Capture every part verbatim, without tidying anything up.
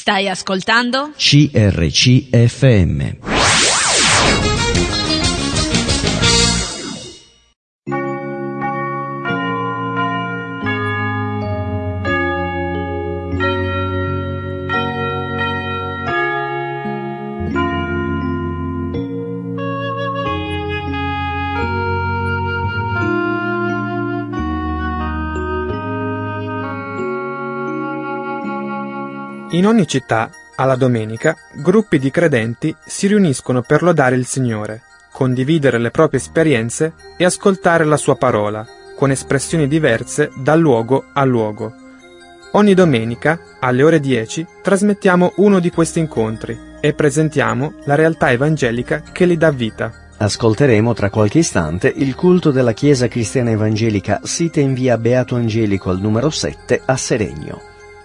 Stai ascoltando C R C F M. In ogni città, alla domenica, gruppi di credenti si riuniscono per lodare il Signore, condividere le proprie esperienze e ascoltare la sua parola, con espressioni diverse da luogo a luogo. Ogni domenica, alle ore dieci, trasmettiamo uno di questi incontri e presentiamo la realtà evangelica che li dà vita. Ascolteremo tra qualche istante il culto della Chiesa Cristiana Evangelica sita in via Beato Angelico al numero sette a Seregno.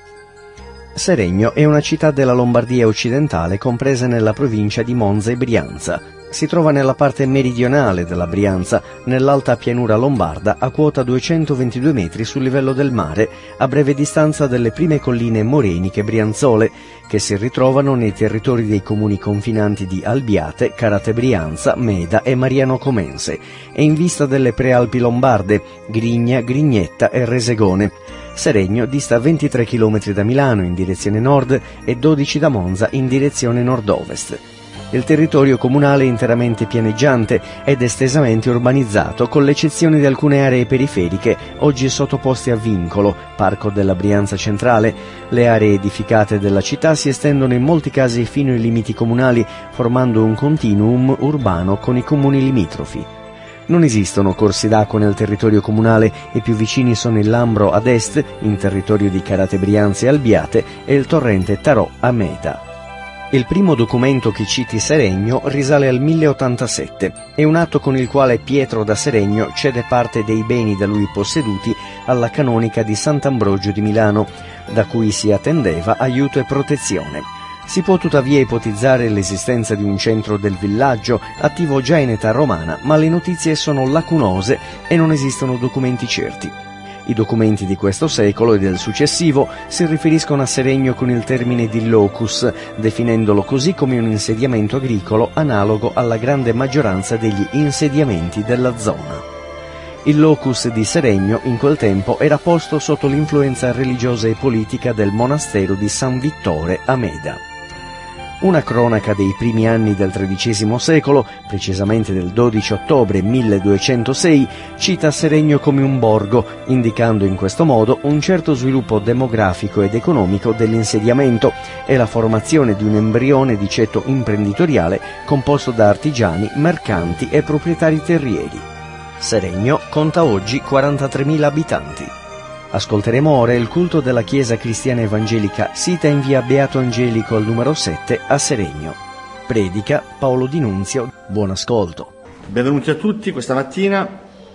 Seregno è una città della Lombardia occidentale compresa nella provincia di Monza e Brianza. Si trova nella parte meridionale della Brianza, nell'alta pianura lombarda, a quota duecentoventidue metri sul livello del mare, a breve distanza dalle prime colline moreniche brianzole, che si ritrovano nei territori dei comuni confinanti di Albiate, Carate Brianza, Meda e Mariano Comense, e in vista delle prealpi lombarde, Grigna, Grignetta e Resegone. Seregno dista ventitré chilometri da Milano in direzione nord e dodici da Monza in direzione nord-ovest. Il territorio comunale è interamente pianeggiante ed estesamente urbanizzato, con l'eccezione di alcune aree periferiche oggi sottoposte a vincolo, Parco della Brianza Centrale. Le aree edificate della città si estendono in molti casi fino ai limiti comunali, formando un continuum urbano con i comuni limitrofi. Non esistono corsi d'acqua nel territorio comunale, i più vicini sono il Lambro ad est, in territorio di Carate Brianza e Albiate, e il torrente Tarò a Meta. Il primo documento che citi Seregno risale al mille ottantasette. È un atto con il quale Pietro da Seregno cede parte dei beni da lui posseduti alla canonica di Sant'Ambrogio di Milano, da cui si attendeva aiuto e protezione. Si può tuttavia ipotizzare l'esistenza di un centro del villaggio attivo già in età romana, ma le notizie sono lacunose e non esistono documenti certi. I documenti di questo secolo e del successivo si riferiscono a Seregno con il termine di locus, definendolo così come un insediamento agricolo analogo alla grande maggioranza degli insediamenti della zona. Il locus di Seregno in quel tempo era posto sotto l'influenza religiosa e politica del monastero di San Vittore a Meda. Una cronaca dei primi anni del tredicesimo secolo, precisamente del dodici ottobre milleduecentosei, cita Seregno come un borgo, indicando in questo modo un certo sviluppo demografico ed economico dell'insediamento e la formazione di un embrione di ceto imprenditoriale composto da artigiani, mercanti e proprietari terrieri. Seregno conta oggi quarantatremila abitanti. Ascolteremo ora il culto della Chiesa Cristiana Evangelica sita in via Beato Angelico al numero sette a Seregno. Predica Paolo Di Nunzio. Buon ascolto. Benvenuti a tutti questa mattina.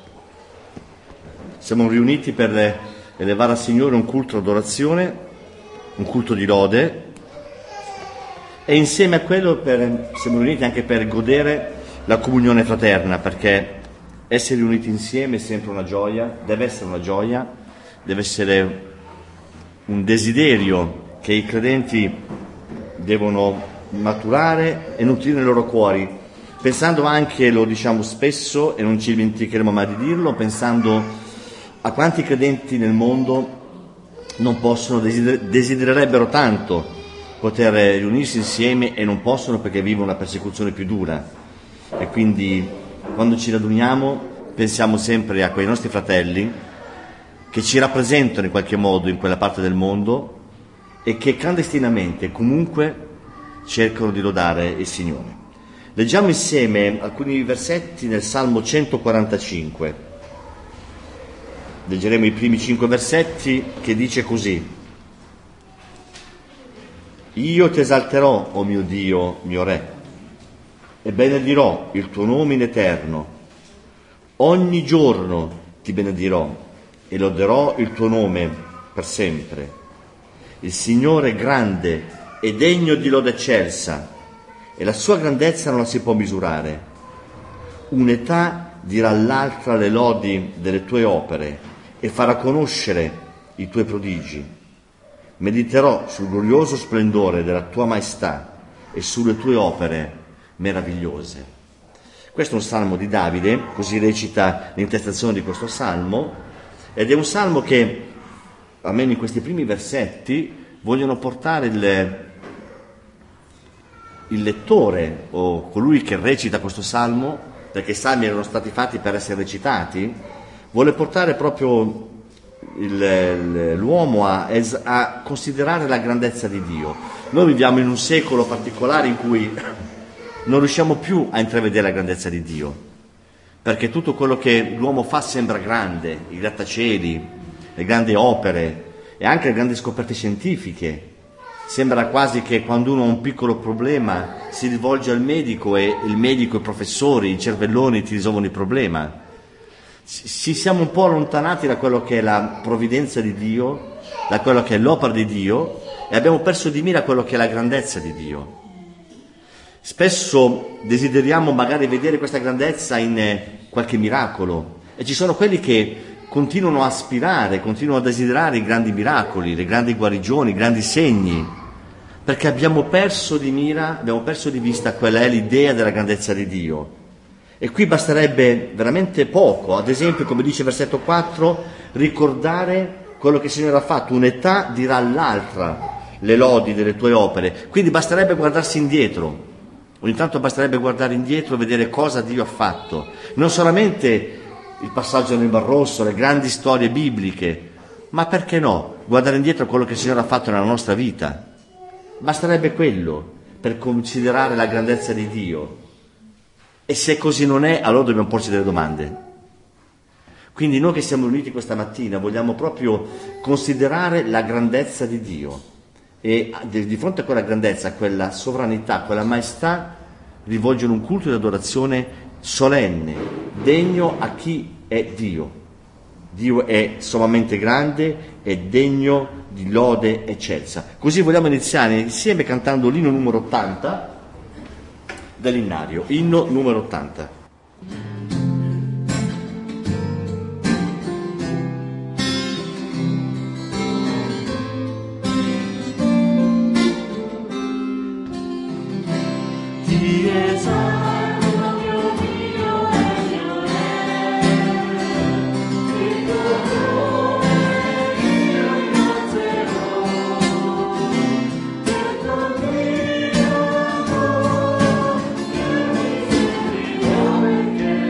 Siamo riuniti per elevare al Signore un culto d'adorazione, un culto di lode, e insieme a quello per, siamo riuniti anche per godere la comunione fraterna, perché essere riuniti insieme è sempre una gioia, deve essere una gioia, deve essere un desiderio che i credenti devono maturare e nutrire nei loro cuori, pensando anche, lo diciamo spesso e non ci dimenticheremo mai di dirlo, pensando a quanti credenti nel mondo non possono, desider- desidererebbero tanto poter riunirsi insieme e non possono perché vivono una persecuzione più dura. E quindi quando ci raduniamo pensiamo sempre a quei nostri fratelli che ci rappresentano in qualche modo in quella parte del mondo e che clandestinamente comunque cercano di lodare il Signore. Leggiamo insieme alcuni versetti nel Salmo centoquarantacinque. Leggeremo i primi cinque versetti, che dice così: Io ti esalterò, o mio Dio, mio Re, e benedirò il tuo nome in eterno. Ogni giorno ti benedirò e loderò il tuo nome per sempre. Il Signore è grande e degno di lode eccelsa, e la sua grandezza non la si può misurare. Un'età dirà all'altra le lodi delle tue opere e farà conoscere i tuoi prodigi. mediterò sul glorioso splendore della tua maestà e sulle tue opere meravigliose. Questo è un salmo di Davide, così recita l'intestazione di questo salmo, ed è un salmo che, almeno in questi primi versetti, vogliono portare il, il lettore o colui che recita questo salmo, perché i salmi erano stati fatti per essere recitati, vuole portare proprio il, il, l'uomo a, a considerare la grandezza di Dio. Noi viviamo in un secolo particolare in cui non riusciamo più a intravedere la grandezza di Dio, perché tutto quello che l'uomo fa sembra grande, i grattacieli, le grandi opere e anche le grandi scoperte scientifiche. Sembra quasi che quando uno ha un piccolo problema si rivolge al medico e il medico, i professori, i cervelloni ti risolvono il problema. Ci siamo un po' allontanati da quello che è la provvidenza di Dio, da quello che è l'opera di Dio, e abbiamo perso di mira quello che è la grandezza di Dio. Spesso desideriamo magari vedere questa grandezza in qualche miracolo, e ci sono quelli che continuano a aspirare, continuano a desiderare i grandi miracoli, le grandi guarigioni, i grandi segni, perché abbiamo perso di mira, abbiamo perso di vista quella è l'idea della grandezza di Dio. E qui basterebbe veramente poco, ad esempio, come dice versetto quattro, ricordare quello che il Signore ha fatto, un'età dirà all'altra le lodi delle tue opere, quindi basterebbe guardarsi indietro, ogni tanto basterebbe guardare indietro e vedere cosa Dio ha fatto, non solamente il passaggio nel Mar Rosso, le grandi storie bibliche, ma perché no, guardare indietro a quello che il Signore ha fatto nella nostra vita, basterebbe quello per considerare la grandezza di Dio. E se così non è, allora dobbiamo porci delle domande. Quindi noi che siamo riuniti questa mattina vogliamo proprio considerare la grandezza di Dio e di fronte a quella grandezza, a quella sovranità, a quella maestà, rivolgere un culto di adorazione solenne, degno a chi è Dio. Dio è sommamente grande e degno di lode eccelsa. Così vogliamo iniziare insieme cantando l'inno numero ottanta dell'innario, inno numero ottanta. Perché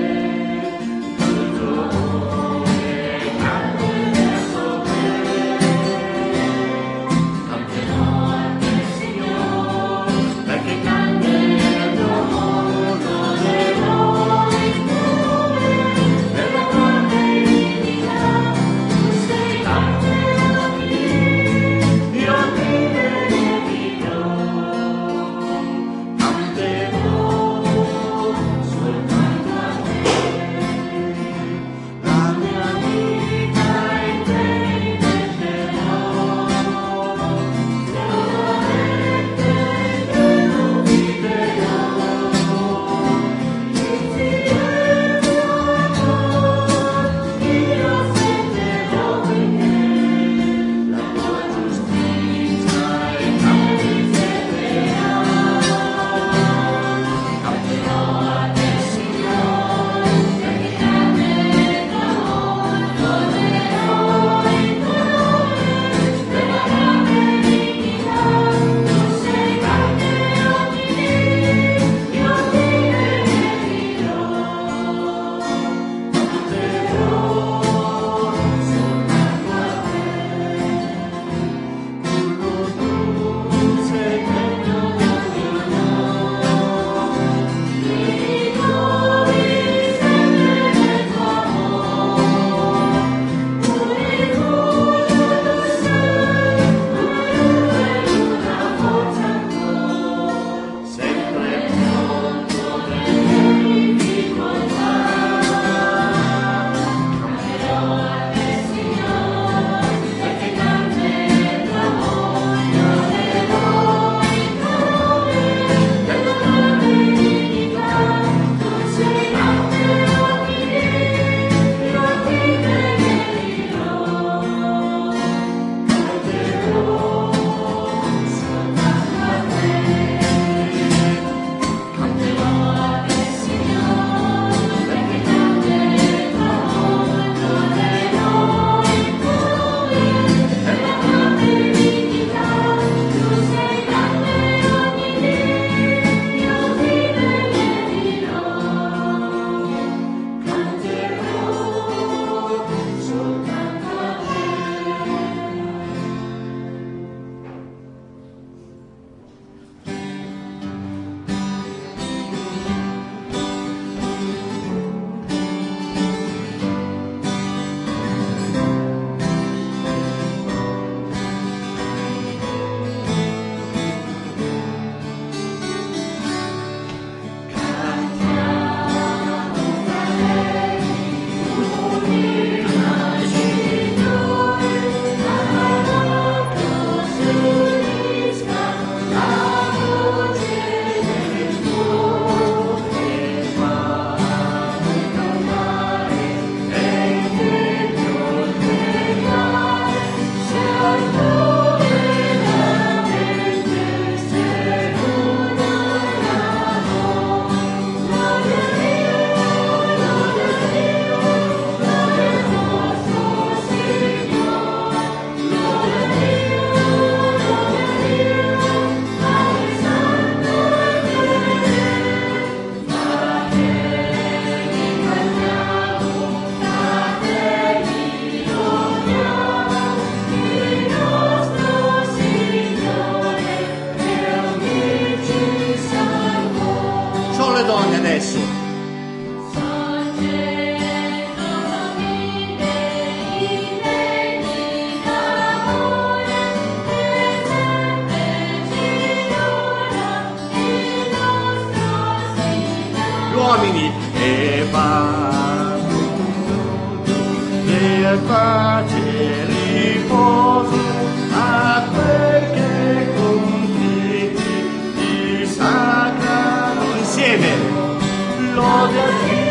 per pace riposo a quel che contritti ti sacrano insieme. Lode a Dio.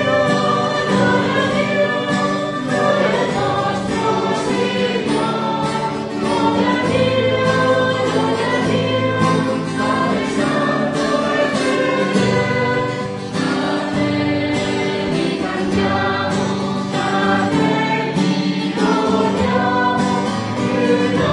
Yeah.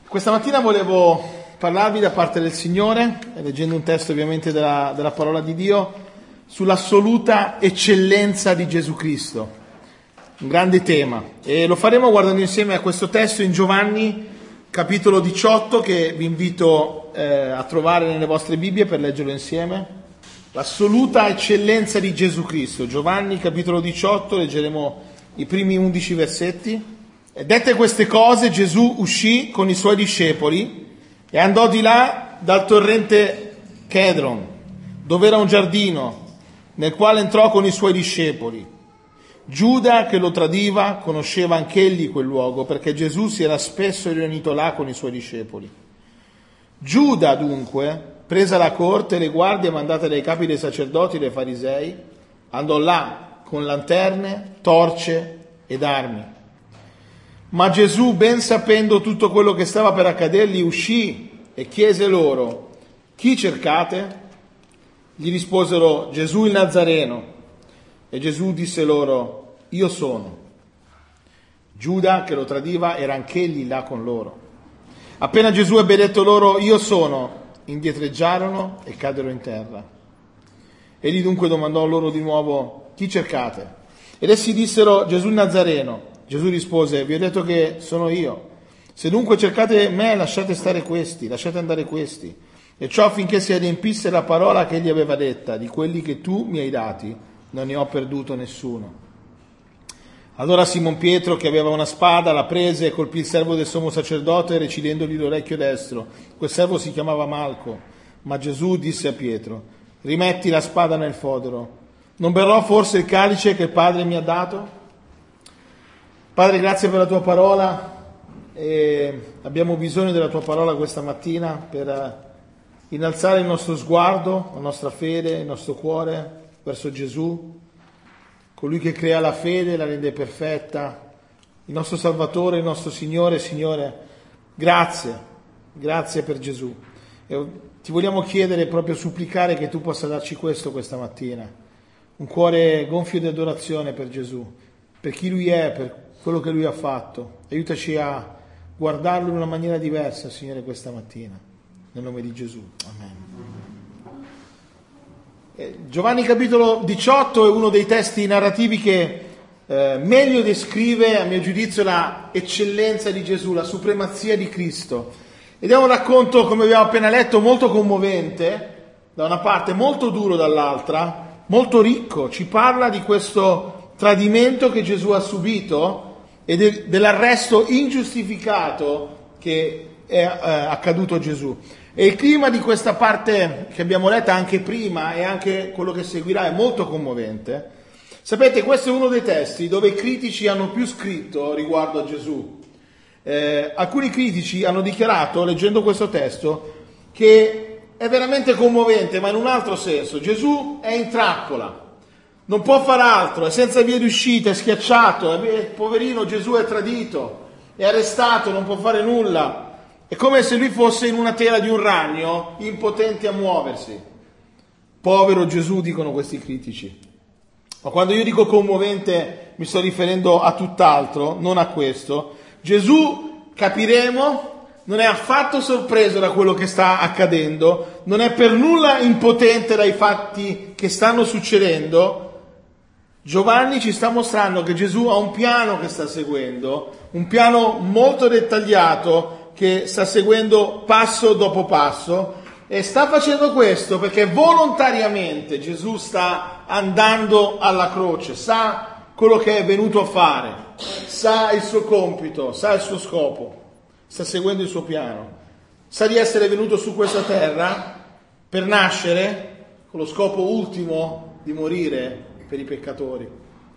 Questa mattina volevo parlarvi da parte del Signore, leggendo un testo ovviamente della, della parola di Dio, sull'assoluta eccellenza di Gesù Cristo. Un grande tema. E lo faremo guardando insieme a questo testo in Giovanni, capitolo diciotto, che vi invito eh, a trovare nelle vostre Bibbie per leggerlo insieme. L'assoluta eccellenza di Gesù Cristo. Giovanni, capitolo diciotto, leggeremo i primi undici versetti. E dette queste cose Gesù uscì con i suoi discepoli e andò di là dal torrente Chedron, dove era un giardino, nel quale entrò con i suoi discepoli. Giuda, che lo tradiva, conosceva anch'egli quel luogo, perché Gesù si era spesso riunito là con i suoi discepoli. Giuda, dunque, presa la corte e le guardie mandate dai capi dei sacerdoti e dei farisei, andò là con lanterne, torce ed armi. Ma Gesù, ben sapendo tutto quello che stava per accadergli, uscì e chiese loro: chi cercate? Gli risposero: Gesù il Nazareno. E Gesù disse loro: io sono. Giuda, che lo tradiva, era anch'egli là con loro. Appena Gesù ebbe detto loro: io sono, indietreggiarono e caddero in terra. Egli dunque domandò loro di nuovo: chi cercate? Ed essi dissero: Gesù il Nazareno. Gesù rispose: vi ho detto che sono io. Se dunque cercate me, lasciate stare questi, lasciate andare questi. E ciò affinché si adempisse la parola che egli aveva detta: di quelli che tu mi hai dati non ne ho perduto nessuno. Allora Simon Pietro, che aveva una spada, la prese e colpì il servo del sommo sacerdote, recidendogli l'orecchio destro. Quel servo si chiamava Malco. Ma Gesù disse a Pietro: rimetti la spada nel fodero. Non berrò forse il calice che il Padre mi ha dato? Padre, grazie per la tua parola, e abbiamo bisogno della tua parola questa mattina per innalzare il nostro sguardo, la nostra fede, il nostro cuore verso Gesù, colui che crea la fede e la rende perfetta, il nostro Salvatore, il nostro Signore. Signore, grazie, grazie per Gesù. E ti vogliamo chiedere, proprio supplicare, che tu possa darci questo questa mattina, un cuore gonfio di adorazione per Gesù, per chi Lui è, per quello che Lui ha fatto. Aiutaci a guardarlo in una maniera diversa, Signore, questa mattina, nel nome di Gesù. Amen. Eh, Giovanni capitolo diciotto è uno dei testi narrativi che eh, meglio descrive, a mio giudizio, la eccellenza di Gesù, la supremazia di Cristo. Ed è un racconto, come abbiamo appena letto, molto commovente da una parte, molto duro dall'altra, molto ricco. Ci parla di questo tradimento che Gesù ha subito e de- dell'arresto ingiustificato che è eh, accaduto a Gesù. E il clima di questa parte che abbiamo letta anche prima e anche quello che seguirà è molto commovente. Sapete, questo è uno dei testi dove i critici hanno più scritto riguardo a Gesù. Eh, alcuni critici hanno dichiarato, leggendo questo testo, che è veramente commovente, ma in un altro senso. Gesù è in trappola. Non può far altro, è senza vie di uscita, è schiacciato, è, poverino Gesù è tradito, è arrestato, non può fare nulla. È come se lui fosse in una tela di un ragno, impotente a muoversi. Povero Gesù, dicono questi critici. Ma quando io dico commovente mi sto riferendo a tutt'altro, non a questo. Gesù, capiremo, non è affatto sorpreso da quello che sta accadendo, non è per nulla impotente dai fatti che stanno succedendo. Giovanni ci sta mostrando che Gesù ha un piano che sta seguendo, un piano molto dettagliato che sta seguendo passo dopo passo, e sta facendo questo perché volontariamente Gesù sta andando alla croce, sa quello che è venuto a fare, sa il suo compito, sa il suo scopo, sta seguendo il suo piano, sa di essere venuto su questa terra per nascere con lo scopo ultimo di morire per i peccatori.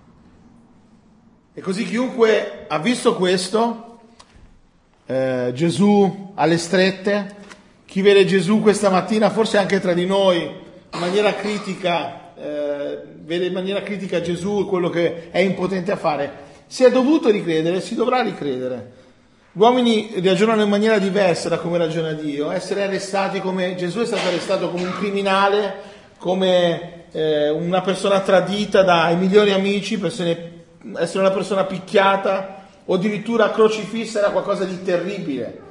E così chiunque ha visto questo, eh, Gesù alle strette, chi vede Gesù questa mattina, forse anche tra di noi, in maniera critica, eh, vede in maniera critica Gesù e quello che è impotente a fare, si è dovuto ricredere, si dovrà ricredere. Gli uomini ragionano in maniera diversa da come ragiona Dio. Essere arrestati come Gesù è stato arrestato come un criminale, come Eh, una persona tradita dai migliori amici, persone, essere una persona picchiata o addirittura crocifissa era qualcosa di terribile.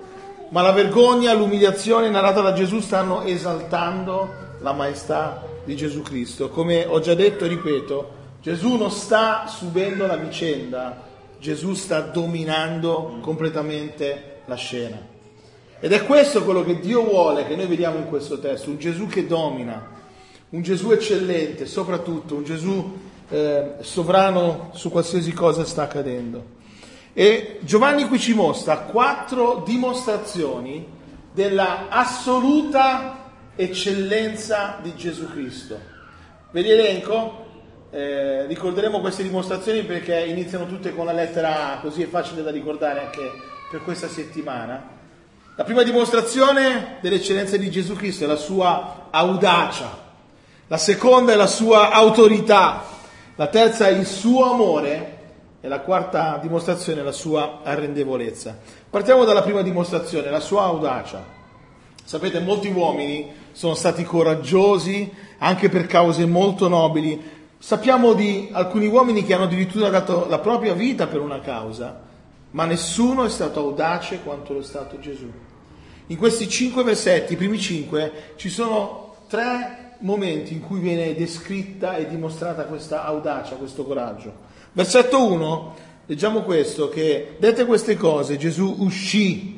ma la vergogna, l'umiliazione narrata da Gesù stanno esaltando la maestà di Gesù Cristo. Come ho già detto e ripeto, Gesù non sta subendo la vicenda, Gesù sta dominando completamente la scena. Ed è questo quello che Dio vuole che noi vediamo in questo testo, un Gesù che domina, un Gesù eccellente, soprattutto un Gesù eh, sovrano su qualsiasi cosa sta accadendo. E Giovanni qui ci mostra quattro dimostrazioni della assoluta eccellenza di Gesù Cristo. Ve li elenco? Eh, ricorderemo queste dimostrazioni perché iniziano tutte con la lettera A, così è facile da ricordare anche per questa settimana. La prima dimostrazione dell'eccellenza di Gesù Cristo è la sua audacia, la seconda è la sua autorità, la terza è il suo amore e la quarta dimostrazione è la sua arrendevolezza. Partiamo dalla prima dimostrazione, la sua audacia. Sapete, molti uomini sono stati coraggiosi anche per cause molto nobili. Sappiamo di alcuni uomini che hanno addirittura dato la propria vita per una causa, ma nessuno è stato audace quanto lo è stato Gesù. In questi cinque versetti, i primi cinque, ci sono tre momenti in cui viene descritta e dimostrata questa audacia, questo coraggio. Versetto uno, leggiamo questo, che dette queste cose Gesù uscì.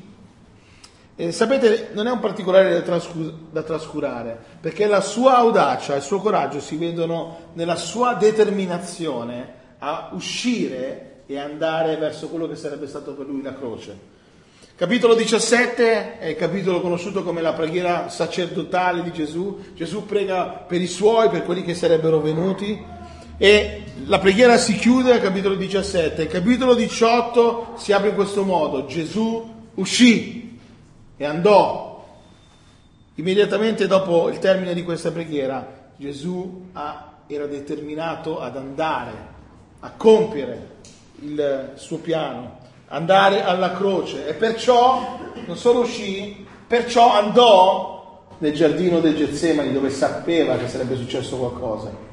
E sapete, non è un particolare da, trascur- da trascurare, perché la sua audacia e il suo coraggio si vedono nella sua determinazione a uscire e andare verso quello che sarebbe stato per lui la croce. Capitolo diciassette è il capitolo conosciuto come la preghiera sacerdotale di Gesù. Gesù prega per i suoi, per quelli che sarebbero venuti, e la preghiera si chiude al capitolo diciassette. Il capitolo diciotto si apre in questo modo: Gesù uscì e andò. Immediatamente dopo il termine di questa preghiera, Gesù ha, era determinato ad andare, a compiere il suo piano, andare alla croce, e perciò non solo uscì, perciò andò nel giardino del Getsemani, dove sapeva che sarebbe successo qualcosa.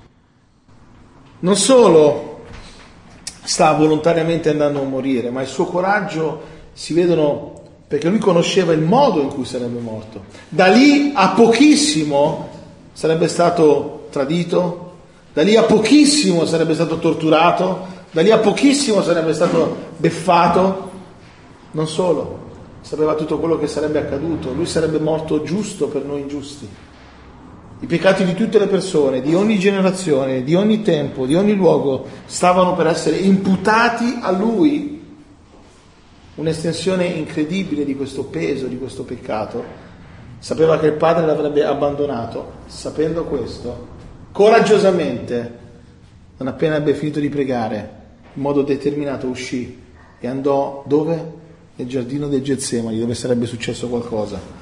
Non solo sta volontariamente andando a morire, ma il suo coraggio si vedono perché lui conosceva il modo in cui sarebbe morto. Da lì a pochissimo sarebbe stato tradito, da lì a pochissimo sarebbe stato torturato, da lì a pochissimo sarebbe stato beffato. Non solo, sapeva tutto quello che sarebbe accaduto, lui sarebbe morto giusto per noi ingiusti. I peccati di tutte le persone, di ogni generazione, di ogni tempo, di ogni luogo, stavano per essere imputati a lui. Un'estensione incredibile di questo peso, di questo peccato. Sapeva che il Padre l'avrebbe abbandonato. Sapendo questo, coraggiosamente, non appena ebbe finito di pregare, in modo determinato uscì e andò dove? Nel giardino del Getsemani, dove sarebbe successo qualcosa.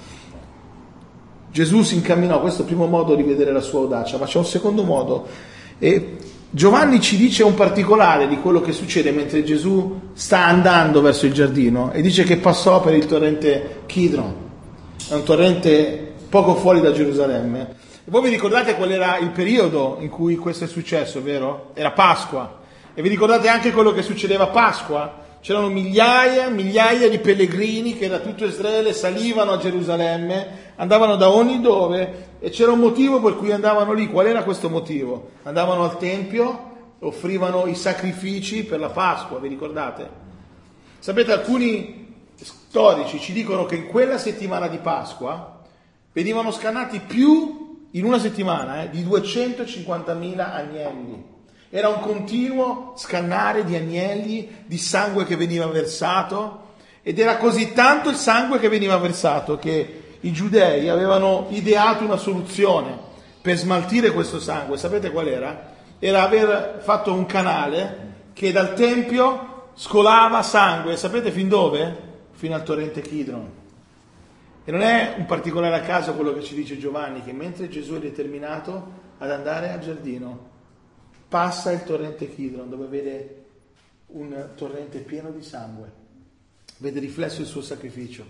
Gesù si incamminò, questo è il primo modo di vedere la sua audacia, ma c'è un secondo modo. E Giovanni ci dice un particolare di quello che succede mentre Gesù sta andando verso il giardino, e dice che passò per il torrente Kidron, è un torrente poco fuori da Gerusalemme. E voi vi ricordate qual era il periodo in cui questo è successo, vero? Era Pasqua. E vi ricordate anche quello che succedeva a Pasqua? C'erano migliaia e migliaia di pellegrini che da tutto Israele salivano a Gerusalemme, andavano da ogni dove, e c'era un motivo per cui andavano lì. Qual era questo motivo? Andavano al Tempio, offrivano i sacrifici per la Pasqua, vi ricordate? Sapete, alcuni storici ci dicono che in quella settimana di Pasqua venivano scannati più, in una settimana, eh, di duecentocinquantamila agnelli. Era un continuo scannare di agnelli, di sangue che veniva versato, ed era così tanto il sangue che veniva versato che i giudei avevano ideato una soluzione per smaltire questo sangue. Sapete qual era? Era aver fatto un canale che dal Tempio scolava sangue. Sapete fin dove? Fino al torrente Kidron. E non è un particolare a caso quello che ci dice Giovanni, che mentre Gesù è determinato ad andare al giardino, passa il torrente Kidron, dove vede un torrente pieno di sangue, vede riflesso il suo sacrificio,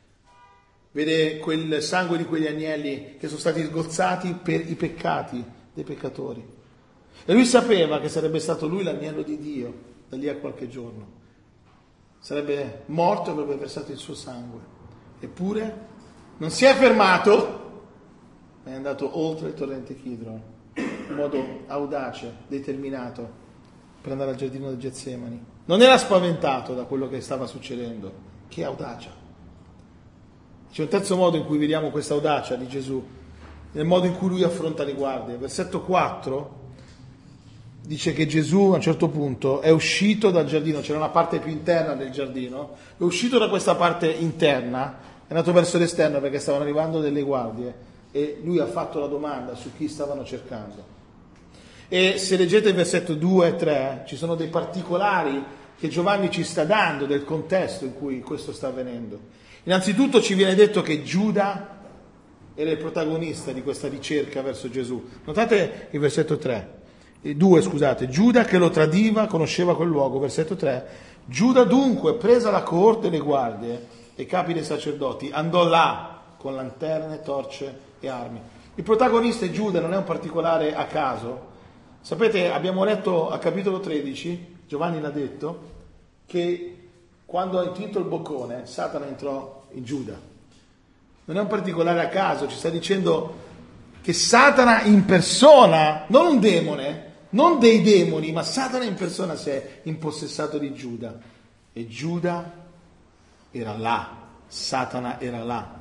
vede quel sangue di quegli agnelli che sono stati sgozzati per i peccati dei peccatori. E lui sapeva che sarebbe stato lui l'agnello di Dio da lì a qualche giorno. Sarebbe morto e avrebbe versato il suo sangue. Eppure non si è fermato, ma è andato oltre il torrente Kidron, in modo audace, determinato, per andare al giardino del Getsemani. Non era spaventato da quello che stava succedendo. Che audacia! C'è un terzo modo in cui vediamo questa audacia di Gesù, nel modo in cui lui affronta le guardie. Versetto quattro dice che Gesù a un certo punto è uscito dal giardino, c'era una parte più interna del giardino, è uscito da questa parte interna, è andato verso l'esterno perché stavano arrivando delle guardie e lui ha fatto la domanda su chi stavano cercando. E se leggete il versetto due e tre ci sono dei particolari che Giovanni ci sta dando del contesto in cui questo sta avvenendo. Innanzitutto ci viene detto che Giuda era il protagonista di questa ricerca verso Gesù. Notate il versetto tre. due, scusate, Giuda che lo tradiva conosceva quel luogo, versetto tre. Giuda dunque, presa la coorte e le guardie e i capi dei sacerdoti, andò là con lanterne, torce e armi. Il protagonista è Giuda, non è un particolare a caso. Sapete, abbiamo letto a capitolo tredici, Giovanni l'ha detto, che quando ha intinto il boccone, Satana entrò in Giuda. Non è un particolare a caso, ci sta dicendo che Satana in persona, non un demone, non dei demoni, ma Satana in persona si è impossessato di Giuda. E Giuda era là, Satana era là.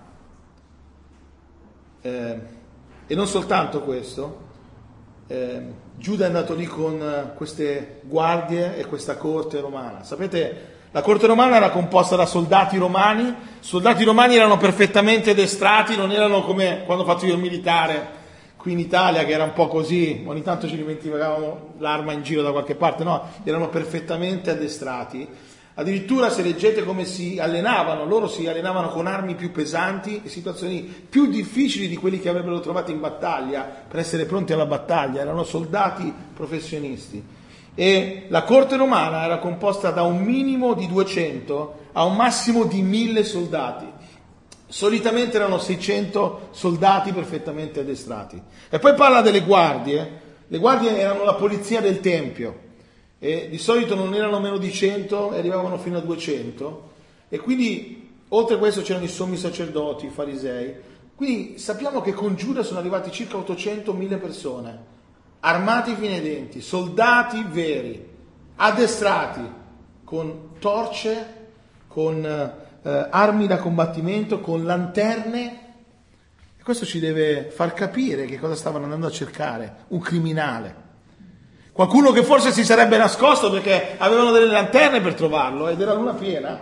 Eh, e non soltanto questo, eh, Giuda è andato lì con queste guardie e questa corte romana. Sapete, la corte romana era composta da soldati romani, soldati romani erano perfettamente addestrati, non erano come quando ho fatto io il militare qui in Italia, che era un po' così, ogni tanto ci dimenticavamo l'arma in giro da qualche parte, no, erano perfettamente addestrati. Addirittura se leggete come si allenavano, loro si allenavano con armi più pesanti e situazioni più difficili di quelli che avrebbero trovato in battaglia per essere pronti alla battaglia, erano soldati professionisti. E la corte romana era composta da un minimo di duecento a un massimo di mille soldati. Solitamente erano seicento soldati perfettamente addestrati. E poi parla delle guardie. Le guardie erano la polizia del Tempio e di solito non erano meno di cento e arrivavano fino a duecento. E quindi oltre a questo c'erano i sommi sacerdoti, i farisei. Quindi sappiamo che con Giuda sono arrivati circa ottocentomila persone, armati fino ai denti, soldati veri, addestrati, con torce, con eh, armi da combattimento, con lanterne. E questo ci deve far capire che cosa stavano andando a cercare, un criminale. Qualcuno che forse si sarebbe nascosto perché avevano delle lanterne per trovarlo ed era luna piena.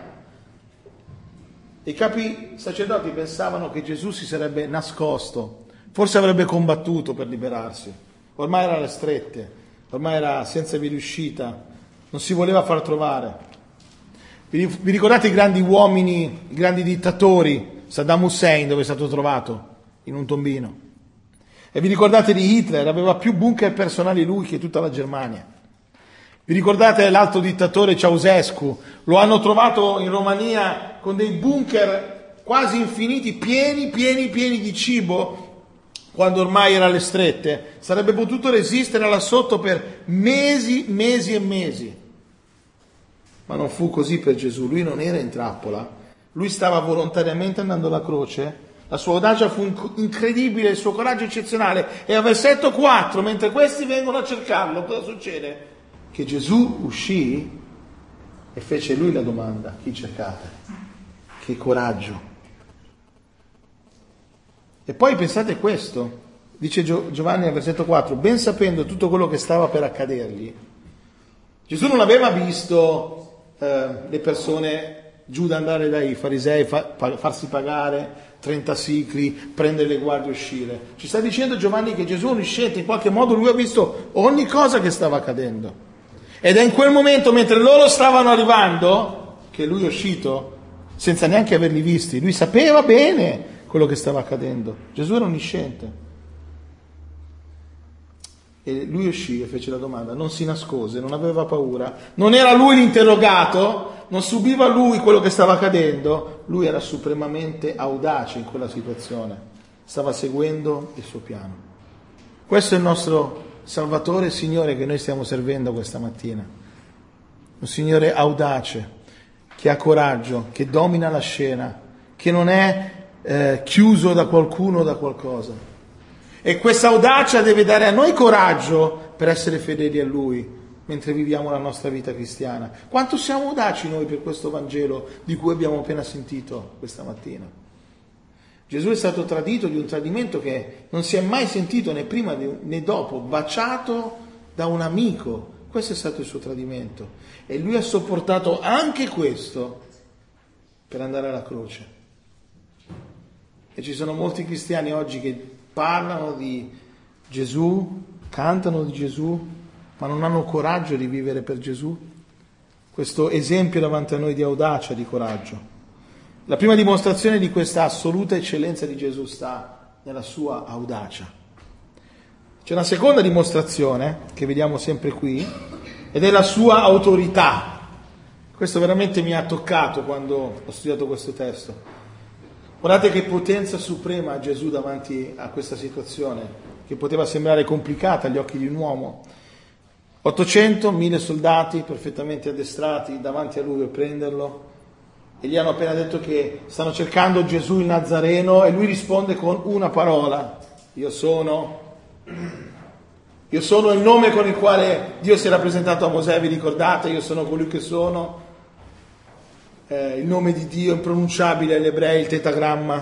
I capi sacerdoti pensavano che Gesù si sarebbe nascosto, forse avrebbe combattuto per liberarsi. Ormai era alle strette, ormai era senza via di uscita, non si voleva far trovare. Vi, vi ricordate i grandi uomini, i grandi dittatori, Saddam Hussein dove è stato trovato? In un tombino. E vi ricordate di Hitler? Aveva più bunker personali lui che tutta la Germania. Vi ricordate l'altro dittatore Ceausescu? Lo hanno trovato in Romania con dei bunker quasi infiniti, pieni, pieni, pieni di cibo, quando ormai era alle strette. Sarebbe potuto resistere là sotto per mesi, mesi e mesi. Ma non fu così per Gesù. Lui non era in trappola. Lui stava volontariamente andando alla croce. La sua audacia fu incredibile, il suo coraggio eccezionale. E a versetto quattro, mentre questi vengono a cercarlo, cosa succede? Che Gesù uscì e fece lui la domanda: chi cercate? Che coraggio! E poi pensate questo, dice Giovanni al versetto quattro, ben sapendo tutto quello che stava per accadergli. Gesù non aveva visto eh, le persone, Giuda andare dai farisei, fa, farsi pagare trenta sicli, prendere le guardie e uscire. Ci sta dicendo Giovanni che Gesù onnisciente, in qualche modo lui ha visto ogni cosa che stava accadendo. Ed è in quel momento, mentre loro stavano arrivando, che lui è uscito, senza neanche averli visti. Lui sapeva bene quello che stava accadendo. Gesù era onnisciente. E lui uscì e fece la domanda, non si nascose, non aveva paura, non era lui l'interrogato, non subiva lui quello che stava accadendo, lui era supremamente audace in quella situazione, stava seguendo il suo piano. Questo è il nostro Salvatore e Signore che noi stiamo servendo questa mattina, un Signore audace, che ha coraggio, che domina la scena, che non è eh, chiuso da qualcuno o da qualcosa. E questa audacia deve dare a noi coraggio per essere fedeli a Lui mentre viviamo la nostra vita cristiana. Quanto siamo audaci noi per questo Vangelo di cui abbiamo appena sentito questa mattina? Gesù è stato tradito di un tradimento che non si è mai sentito né prima né dopo, baciato da un amico. Questo è stato il suo tradimento. E Lui ha sopportato anche questo per andare alla croce. E ci sono molti cristiani oggi che parlano di Gesù, cantano di Gesù, ma non hanno coraggio di vivere per Gesù. Questo esempio davanti a noi di audacia, di coraggio. La prima dimostrazione di questa assoluta eccellenza di Gesù sta nella sua audacia. C'è una seconda dimostrazione che vediamo sempre qui ed è la sua autorità. Questo veramente mi ha toccato quando ho studiato questo testo. Guardate che potenza suprema ha Gesù davanti a questa situazione che poteva sembrare complicata agli occhi di un uomo. ottocento, mille soldati perfettamente addestrati davanti a lui per prenderlo. E gli hanno appena detto che stanno cercando Gesù il Nazareno e lui risponde con una parola: io sono. Io sono il nome con il quale Dio si è rappresentato a Mosè, vi ricordate? Io sono colui che sono. Eh, il nome di Dio impronunciabile agli ebrei, il tetagramma.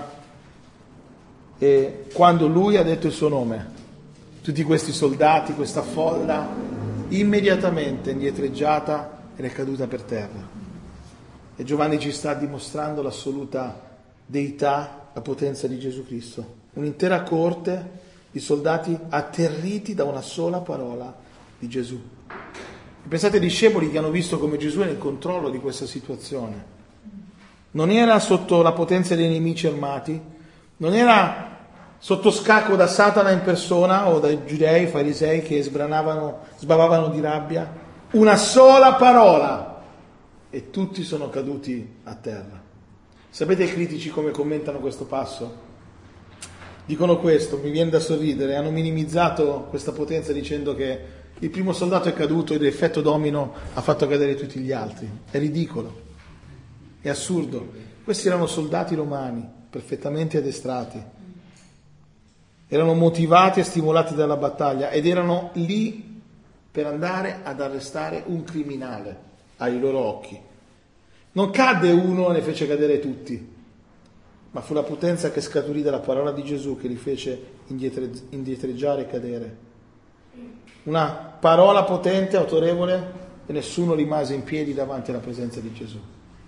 E quando lui ha detto il suo nome, tutti questi soldati, questa folla, immediatamente indietreggiata ed è caduta per terra. E Giovanni ci sta dimostrando l'assoluta deità, la potenza di Gesù Cristo. Un'intera corte di soldati atterriti da una sola parola di Gesù. E pensate ai discepoli che hanno visto come Gesù era in controllo di questa situazione. Non era sotto la potenza dei nemici armati, non era sotto scacco da Satana in persona o dai giudei, farisei che sbranavano, sbavavano di rabbia. Una sola parola e tutti sono caduti a terra. Sapete i critici come commentano questo passo? Dicono questo, mi viene da sorridere, hanno minimizzato questa potenza dicendo che il primo soldato è caduto e l'effetto domino ha fatto cadere tutti gli altri. È ridicolo, è assurdo. Questi erano soldati romani, perfettamente addestrati, erano motivati e stimolati dalla battaglia ed erano lì per andare ad arrestare un criminale ai loro occhi. Non cadde uno e ne fece cadere tutti, ma fu la potenza che scaturì dalla parola di Gesù che li fece indietre, indietreggiare e cadere. Una parola potente, autorevole, e nessuno rimase in piedi davanti alla presenza di Gesù.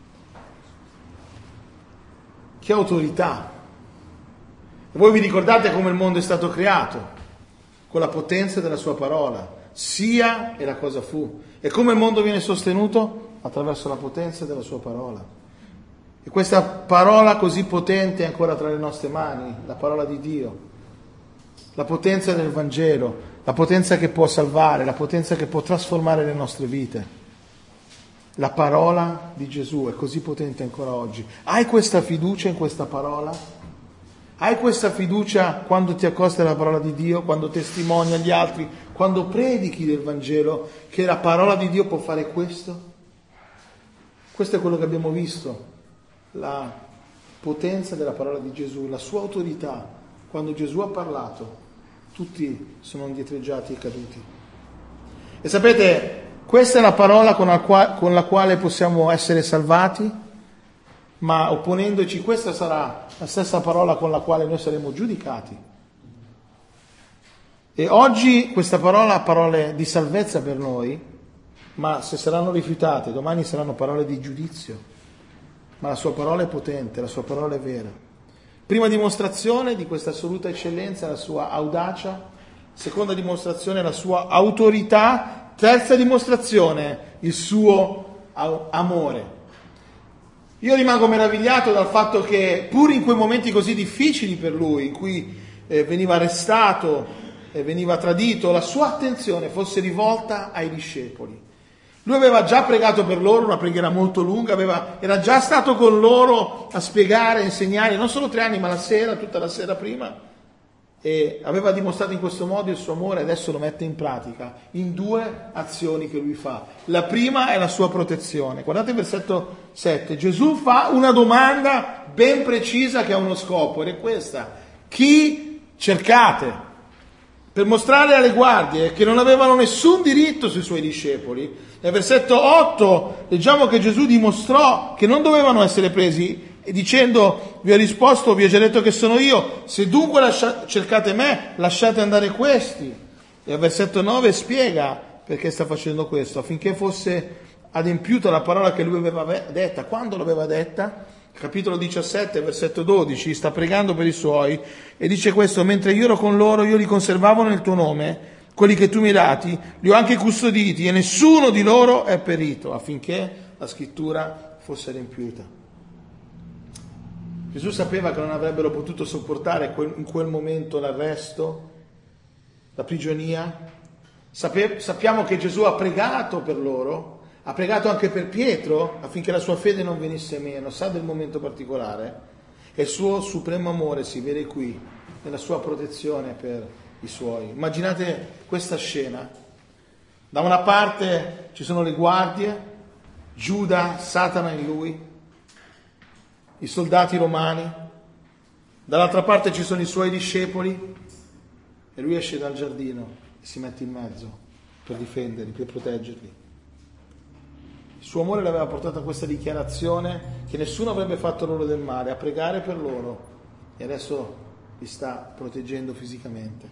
Che autorità! E voi vi ricordate come il mondo è stato creato? Con la potenza della sua parola. Sia e la cosa fu. E come il mondo viene sostenuto? Attraverso la potenza della sua parola. E questa parola così potente è ancora tra le nostre mani, la parola di Dio. La potenza del Vangelo, la potenza che può salvare, la potenza che può trasformare le nostre vite. La parola di Gesù è così potente ancora oggi. Hai questa fiducia in questa parola? Hai questa fiducia quando ti accosti alla parola di Dio, quando testimoni agli altri, quando predichi del Vangelo, che la parola di Dio può fare questo? Questo è quello che abbiamo visto, la potenza della parola di Gesù, la sua autorità. Quando Gesù ha parlato, tutti sono indietreggiati e caduti. E sapete, questa è la parola con la quale, con la quale possiamo essere salvati, ma opponendoci, questa sarà la stessa parola con la quale noi saremo giudicati. E oggi questa parola ha parole di salvezza per noi, ma se saranno rifiutate, domani saranno parole di giudizio. Ma la sua parola è potente, la sua parola è vera. Prima dimostrazione di questa assoluta eccellenza è la sua audacia, seconda dimostrazione è la sua autorità, terza dimostrazione il suo amore. Io rimango meravigliato dal fatto che pur in quei momenti così difficili per lui, in cui eh, veniva arrestato e veniva tradito, la sua attenzione fosse rivolta ai discepoli. Lui aveva già pregato per loro, una preghiera molto lunga, aveva, era già stato con loro a spiegare, a insegnare, non solo tre anni, ma la sera, tutta la sera prima, e aveva dimostrato in questo modo il suo amore, adesso lo mette in pratica, in due azioni che lui fa. La prima è la sua protezione. Guardate il versetto sette, Gesù fa una domanda ben precisa che ha uno scopo, ed è questa: chi cercate? Per mostrare alle guardie che non avevano nessun diritto sui suoi discepoli. Nel versetto otto leggiamo che Gesù dimostrò che non dovevano essere presi, e dicendo: vi ho risposto, vi ho già detto che sono io, se dunque lascia- cercate me, lasciate andare questi. E al versetto nove spiega perché sta facendo questo: affinché fosse adempiuta la parola che lui aveva detta. Quando l'aveva detta? Capitolo diciassette, versetto dodici, sta pregando per i suoi e dice questo: mentre io ero con loro, io li conservavo nel tuo nome, quelli che tu mi hai dati, li ho anche custoditi, e nessuno di loro è perito, affinché la scrittura fosse adempiuta. Gesù sapeva che non avrebbero potuto sopportare in quel momento l'arresto, la prigionia. Sape- sappiamo che Gesù ha pregato per loro, ha pregato anche per Pietro affinché la sua fede non venisse meno, sa del momento particolare, e il suo supremo amore si vede qui, nella sua protezione per i suoi. Immaginate questa scena: da una parte ci sono le guardie, Giuda, Satana in lui, i soldati romani, dall'altra parte ci sono i suoi discepoli, e lui esce dal giardino e si mette in mezzo per difenderli, per proteggerli. Il suo amore l'aveva portato a questa dichiarazione che nessuno avrebbe fatto loro del male, a pregare per loro, e adesso li sta proteggendo fisicamente.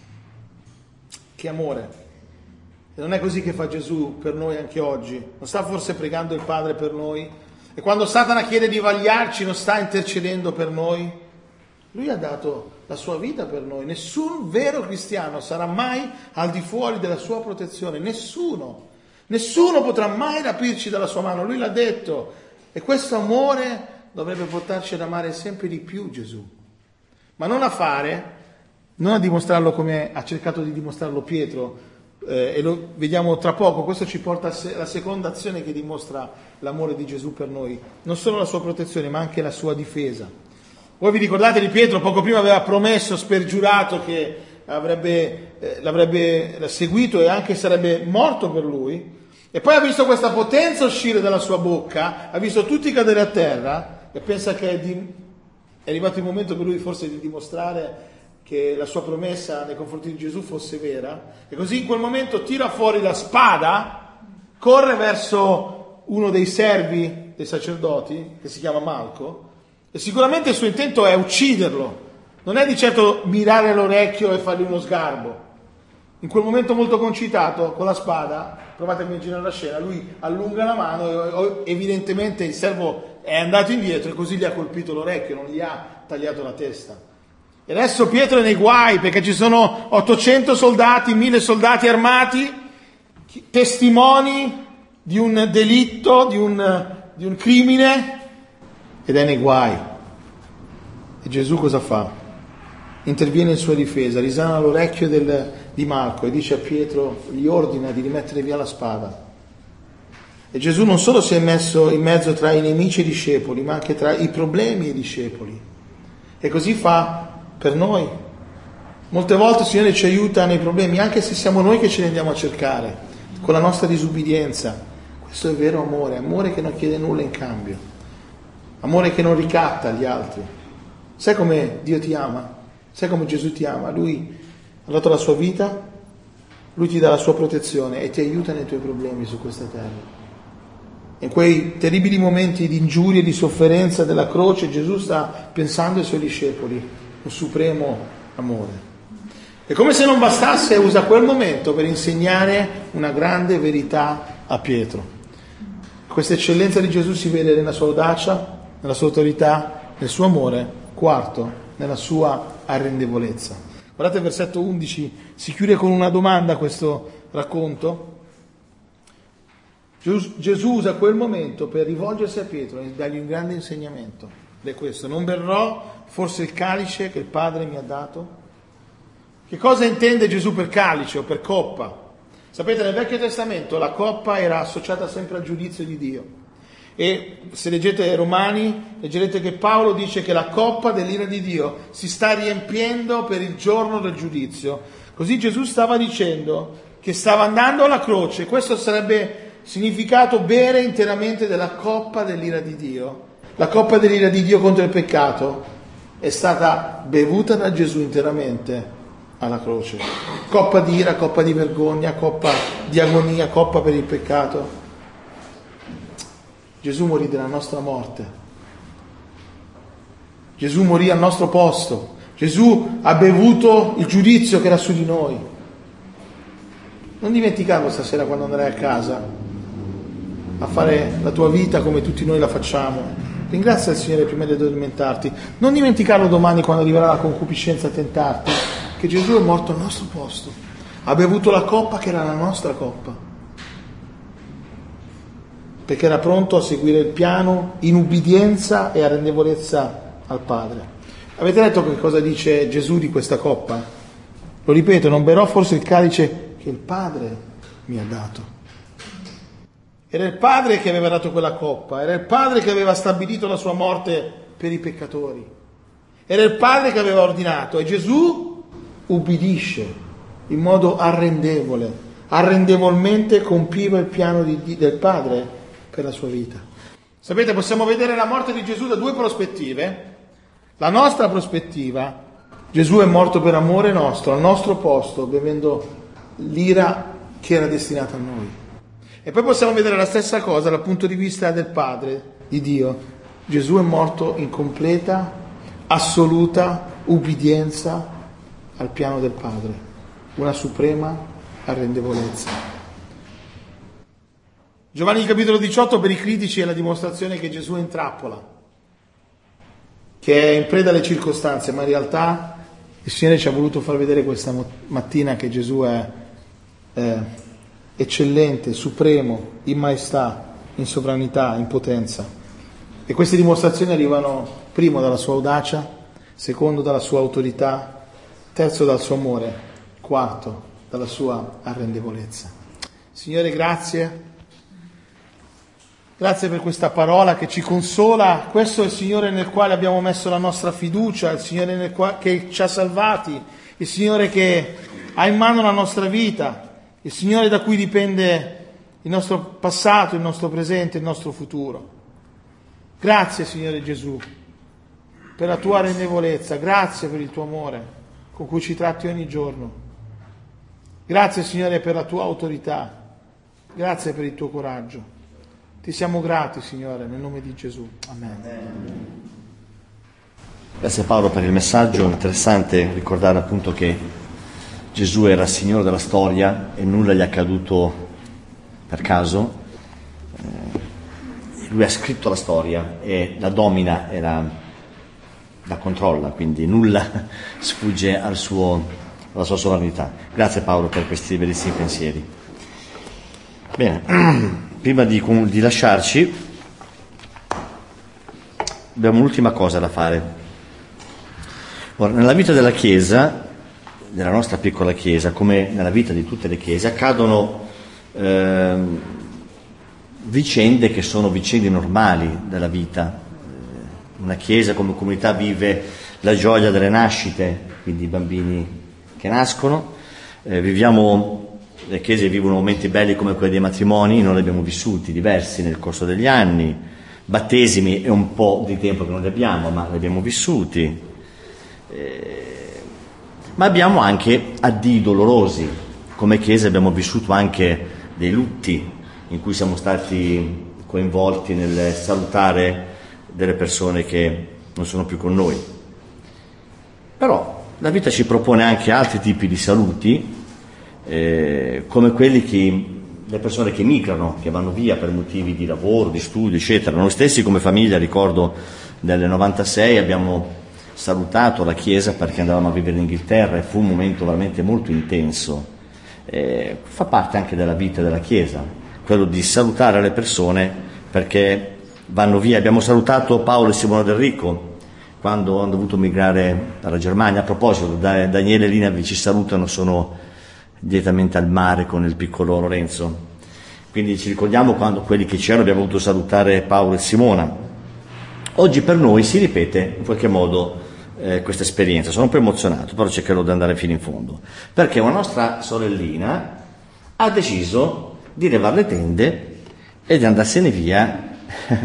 Che amore! E non è così che fa Gesù per noi anche oggi? Non sta forse pregando il Padre per noi? E quando Satana chiede di vagliarci, non sta intercedendo per noi? Lui ha dato la sua vita per noi. Nessun vero cristiano sarà mai al di fuori della sua protezione, nessuno. Nessuno potrà mai rapirci dalla sua mano, lui l'ha detto, e questo amore dovrebbe portarci ad amare sempre di più Gesù, ma non a fare, non a dimostrarlo come ha cercato di dimostrarlo Pietro, eh, e lo vediamo tra poco. Questo ci porta alla seconda azione che dimostra l'amore di Gesù per noi, non solo la sua protezione ma anche la sua difesa. Voi vi ricordate di Pietro? Poco prima aveva promesso, spergiurato, che avrebbe, eh, l'avrebbe seguito e anche sarebbe morto per lui. E poi ha visto questa potenza uscire dalla sua bocca, ha visto tutti cadere a terra e pensa che è, di, è arrivato il momento per lui forse di dimostrare che la sua promessa nei confronti di Gesù fosse vera. E così in quel momento tira fuori la spada, corre verso uno dei servi dei sacerdoti, che si chiama Malco, e sicuramente il suo intento è ucciderlo, non è di certo mirare l'orecchio e fargli uno sgarbo. In quel momento molto concitato, con la spada, provate a immaginare la scena, lui allunga la mano e evidentemente il servo è andato indietro e così gli ha colpito l'orecchio, non gli ha tagliato la testa. E adesso Pietro è nei guai perché ci sono ottocento soldati, mille soldati armati, testimoni di un delitto, di un, di un crimine, ed è nei guai. E Gesù cosa fa? Interviene in sua difesa, risana l'orecchio del, di Malco e dice a Pietro, gli ordina di rimettere via la spada. E Gesù non solo si è messo in mezzo tra i nemici e i discepoli, ma anche tra i problemi e i discepoli. E così fa per noi. Molte volte il Signore ci aiuta nei problemi, anche se siamo noi che ce li andiamo a cercare, con la nostra disubbidienza. Questo è vero amore, amore che non chiede nulla in cambio, amore che non ricatta gli altri. Sai come Dio ti ama? Sai come Gesù ti ama? Lui ha dato la sua vita, Lui ti dà la sua protezione e ti aiuta nei tuoi problemi su questa terra. In quei terribili momenti di ingiuria e di sofferenza della croce, Gesù sta pensando ai suoi discepoli, un supremo amore. E come se non bastasse, usa quel momento per insegnare una grande verità a Pietro. Questa eccellenza di Gesù si vede nella sua audacia, nella sua autorità, nel suo amore. Quarto, nella sua arrendevolezza. Guardate il versetto undici, si chiude con una domanda questo racconto. Gesù, Gesù usa quel momento per rivolgersi a Pietro e dargli un grande insegnamento. Ed è questo: non berrò forse il calice che il Padre mi ha dato? Che cosa intende Gesù per calice o per coppa? Sapete, nel Vecchio Testamento la coppa era associata sempre al giudizio di Dio. E se leggete Romani, leggerete che Paolo dice che la coppa dell'ira di Dio si sta riempiendo per il giorno del giudizio. Così Gesù stava dicendo che stava andando alla croce. Questo sarebbe significato bere interamente della coppa dell'ira di Dio. La coppa dell'ira di Dio contro il peccato è stata bevuta da Gesù interamente alla croce. Coppa di ira, coppa di vergogna, coppa di agonia, coppa per il peccato. Gesù morì della nostra morte. Gesù morì al nostro posto. Gesù ha bevuto il giudizio che era su di noi. Non dimenticarlo stasera quando andrai a casa a fare la tua vita come tutti noi la facciamo. Ringrazia il Signore prima di addormentarti. Non dimenticarlo domani quando arriverà la concupiscenza a tentarti, che Gesù è morto al nostro posto. Ha bevuto la coppa che era la nostra coppa, perché era pronto a seguire il piano in ubbidienza e arrendevolezza al Padre. Avete letto che cosa dice Gesù di questa coppa? Lo ripeto, non berrò forse il calice che il Padre mi ha dato. Era il Padre che aveva dato quella coppa, era il Padre che aveva stabilito la sua morte per i peccatori, era il Padre che aveva ordinato, e Gesù ubbidisce in modo arrendevole, arrendevolmente compiva il piano di, del Padre per la sua vita. Sapete, possiamo vedere la morte di Gesù da due prospettive. La nostra prospettiva: Gesù è morto per amore nostro, al nostro posto, bevendo l'ira che era destinata a noi. E poi possiamo vedere la stessa cosa dal punto di vista del Padre, di Dio. Gesù è morto in completa, assoluta ubbidienza al piano del Padre, una suprema arrendevolezza. Giovanni capitolo diciotto per i critici è la dimostrazione che Gesù è in trappola, che è in preda alle circostanze, ma in realtà il Signore ci ha voluto far vedere questa mattina che Gesù è eh, eccellente, supremo, in maestà, in sovranità, in potenza. E queste dimostrazioni arrivano primo dalla sua audacia, secondo dalla sua autorità, terzo dal suo amore, quarto dalla sua arrendevolezza. Signore, grazie. Grazie per questa parola che ci consola. Questo è il Signore nel quale abbiamo messo la nostra fiducia, il Signore nel quale, che ci ha salvati, il Signore che ha in mano la nostra vita, il Signore da cui dipende il nostro passato, il nostro presente, il nostro futuro. Grazie, Signore Gesù, per la tua arrendevolezza, grazie per il tuo amore con cui ci tratti ogni giorno. Grazie, Signore, per la tua autorità, grazie per il tuo coraggio. Ti siamo grati, Signore, nel nome di Gesù. Amen. Grazie Paolo per il messaggio. Interessante ricordare appunto che Gesù era il Signore della storia e nulla gli è accaduto per caso. Eh, lui ha scritto la storia e la domina e la, la controlla, quindi nulla sfugge al suo, alla sua sovranità. Grazie Paolo per questi bellissimi pensieri. Bene, prima di, di lasciarci abbiamo un'ultima cosa da fare. Ora, nella vita della Chiesa, nella nostra piccola Chiesa, come nella vita di tutte le Chiese, accadono eh, vicende che sono vicende normali della vita. Una Chiesa come comunità vive la gioia delle nascite, quindi i bambini che nascono, eh, viviamo, le Chiese vivono momenti belli come quelli dei matrimoni, noi li abbiamo vissuti diversi nel corso degli anni, battesimi è un po' di tempo che non li abbiamo, ma li abbiamo vissuti. Eh, ma abbiamo anche addii dolorosi, come Chiesa abbiamo vissuto anche dei lutti in cui siamo stati coinvolti nel salutare delle persone che non sono più con noi. Però la vita ci propone anche altri tipi di saluti, eh, come quelli che le persone che migrano, che vanno via per motivi di lavoro, di studio, eccetera. Noi stessi come famiglia, ricordo nel novantasei abbiamo salutato la Chiesa perché andavamo a vivere in Inghilterra e fu un momento veramente molto intenso. Eh, fa parte anche della vita della Chiesa, quello di salutare le persone perché vanno via. Abbiamo salutato Paolo e Simone Del Rico quando hanno dovuto migrare dalla Germania. A proposito, Daniele e Lina vi ci salutano, sono direttamente al mare con il piccolo Lorenzo. Quindi ci ricordiamo quando quelli che c'erano abbiamo voluto salutare Paolo e Simona. Oggi per noi si ripete in qualche modo eh, questa esperienza. Sono un po' emozionato, però cercherò di andare fino in fondo, perché una nostra sorellina ha deciso di levare le tende e di andarsene via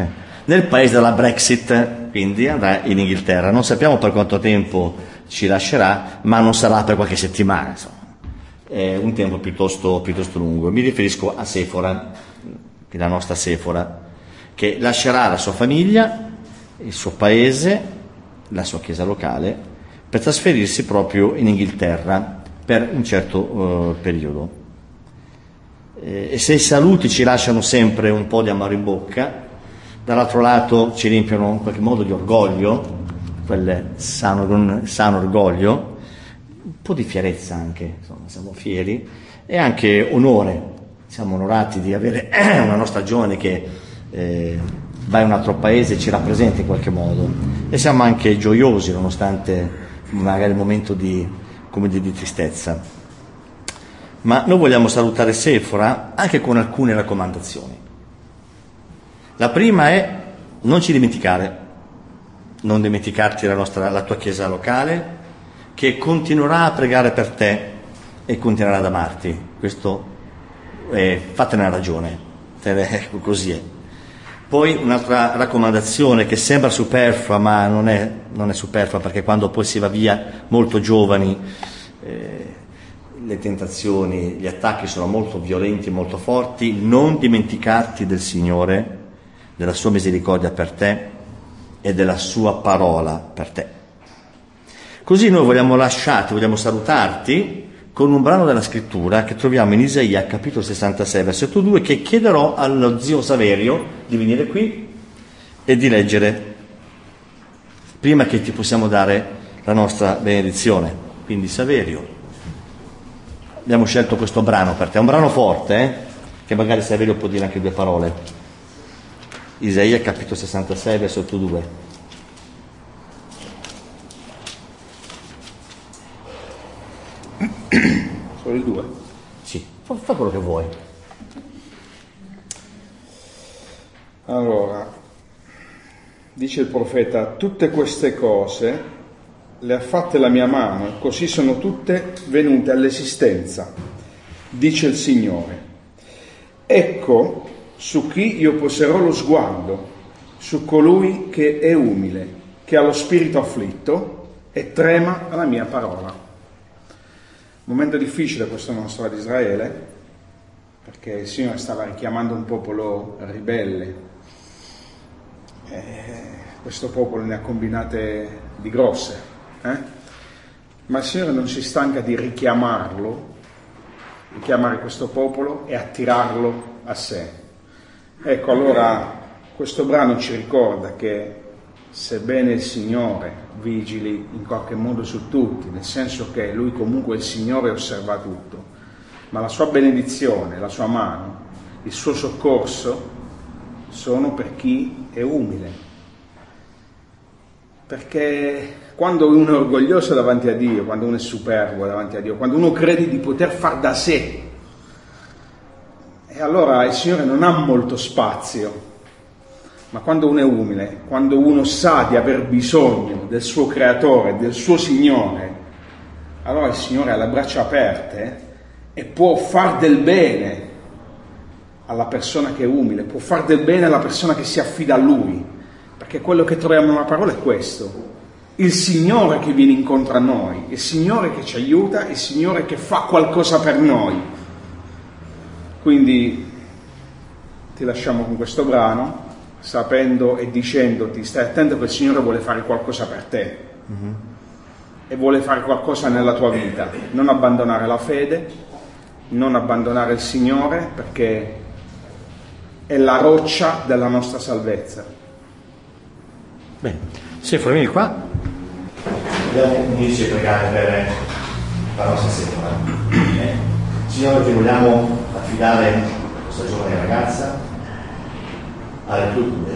nel paese della Brexit, quindi andrà in Inghilterra. Non sappiamo per quanto tempo ci lascerà, ma non sarà per qualche settimana, insomma. È un tempo piuttosto, piuttosto lungo. Mi riferisco a Sephora, la nostra Sephora, che lascerà la sua famiglia, il suo paese, la sua chiesa locale, per trasferirsi proprio in Inghilterra per un certo uh, periodo. E se i saluti ci lasciano sempre un po' di amaro in bocca, dall'altro lato ci riempiono in qualche modo di orgoglio, quel sano, sano orgoglio, un po' di fierezza anche, insomma, siamo fieri, e anche onore, siamo onorati di avere una nostra giovane che eh, va in un altro paese e ci rappresenta in qualche modo, e siamo anche gioiosi nonostante magari il momento di, come di, di tristezza. Ma noi vogliamo salutare Sephora anche con alcune raccomandazioni. La prima è: non ci dimenticare, non dimenticarti la, nostra, la tua chiesa locale, che continuerà a pregare per te e continuerà ad amarti. Questo eh, fatene una ragione, ecco, così è. Poi un'altra raccomandazione che sembra superflua, ma non è, non è superflua, perché quando poi si va via molto giovani eh, le tentazioni, gli attacchi sono molto violenti, molto forti. Non dimenticarti del Signore, della sua misericordia per te e della sua parola per te. Così noi vogliamo lasciarti, vogliamo salutarti con un brano della scrittura che troviamo in Isaia capitolo sessantasei versetto due, che chiederò allo zio Saverio di venire qui e di leggere prima che ti possiamo dare la nostra benedizione. Quindi Saverio, abbiamo scelto questo brano per te, è un brano forte, eh? Che magari Saverio può dire anche due parole. Isaia capitolo sessantasei versetto due. Solo il due? Sì, fa, fa quello che vuoi. Allora, dice il profeta: tutte queste cose le ha fatte la mia mano e così sono tutte venute all'esistenza, dice il Signore. Ecco su chi io poserò lo sguardo, su colui che è umile, che ha lo spirito afflitto e trema alla mia parola. Momento difficile questo nella storia di Israele, perché il Signore stava richiamando un popolo ribelle. E questo popolo ne ha combinate di grosse, eh? Ma il Signore non si stanca di richiamarlo, richiamare questo popolo e attirarlo a sé. Ecco, allora questo brano ci ricorda che sebbene il Signore vigili in qualche modo su tutti, nel senso che Lui comunque il Signore osserva tutto, ma la sua benedizione, la sua mano, il suo soccorso sono per chi è umile. Perché quando uno è orgoglioso davanti a Dio, quando uno è superbo davanti a Dio, quando uno crede di poter far da sé, e allora il Signore non ha molto spazio. Ma quando uno è umile, quando uno sa di aver bisogno del suo creatore, del suo Signore, allora il Signore ha le braccia aperte e può far del bene alla persona che è umile, può far del bene alla persona che si affida a Lui, perché quello che troviamo nella parola è questo: il Signore che viene incontro a noi, il Signore che ci aiuta, il Signore che fa qualcosa per noi. Quindi ti lasciamo con questo brano, sapendo e dicendoti: stai attento che il Signore vuole fare qualcosa per te, mm-hmm. e vuole fare qualcosa nella tua vita. Non abbandonare la fede, non abbandonare il Signore, perché è la roccia della nostra salvezza. Bene, Sephora, vieni qua. Dobbiamo unirci a pregare per la nostra Sephora. Eh? Signore, ti vogliamo affidare questa giovane ragazza alle tue cure.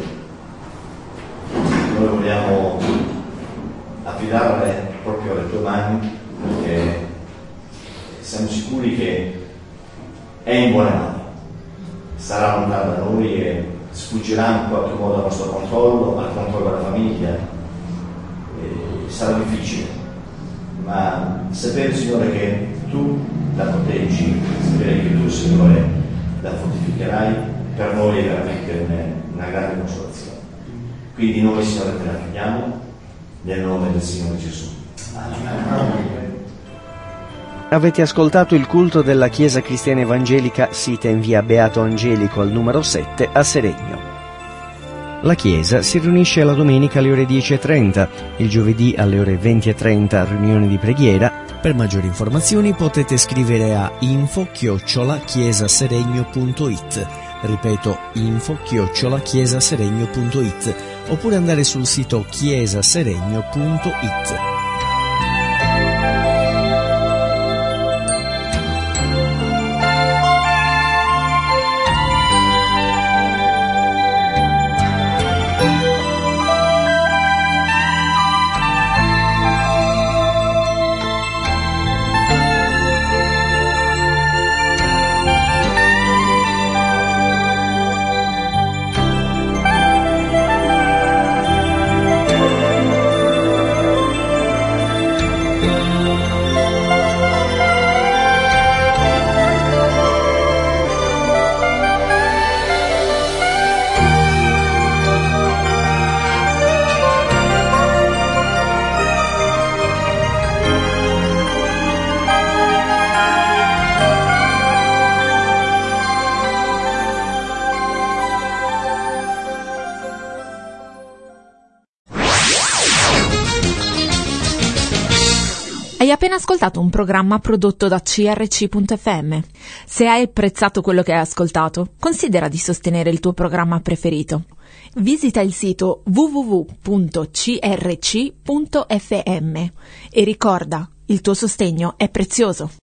Noi vogliamo affidarle proprio alle tue mani, perché siamo sicuri che è in buone mani, sarà lontano da noi e sfuggirà in qualche modo al nostro controllo, al controllo della famiglia. E sarà difficile, ma sapere, Signore, che tu la proteggi, sapere che tu, Signore, la fortificherai, per noi è veramente una, una grande consolazione. Quindi noi, Signore, te la chiediamo nel nome del Signore Gesù. Amen. Avete ascoltato il culto della Chiesa Cristiana Evangelica sita in via Beato Angelico al numero sette a Seregno. La Chiesa si riunisce la domenica alle ore dieci e trenta, il giovedì alle ore venti e trenta riunione di preghiera. Per maggiori informazioni potete scrivere a info chiocciola chiesaseregno punto it, ripeto info chiocciola chiesaseregno punto it, oppure andare sul sito chiesaseregno punto it. Hai appena ascoltato un programma prodotto da C R C punto F M. Se hai apprezzato quello che hai ascoltato, considera di sostenere il tuo programma preferito. Visita il sito w w w punto c r c punto f m e ricorda, il tuo sostegno è prezioso.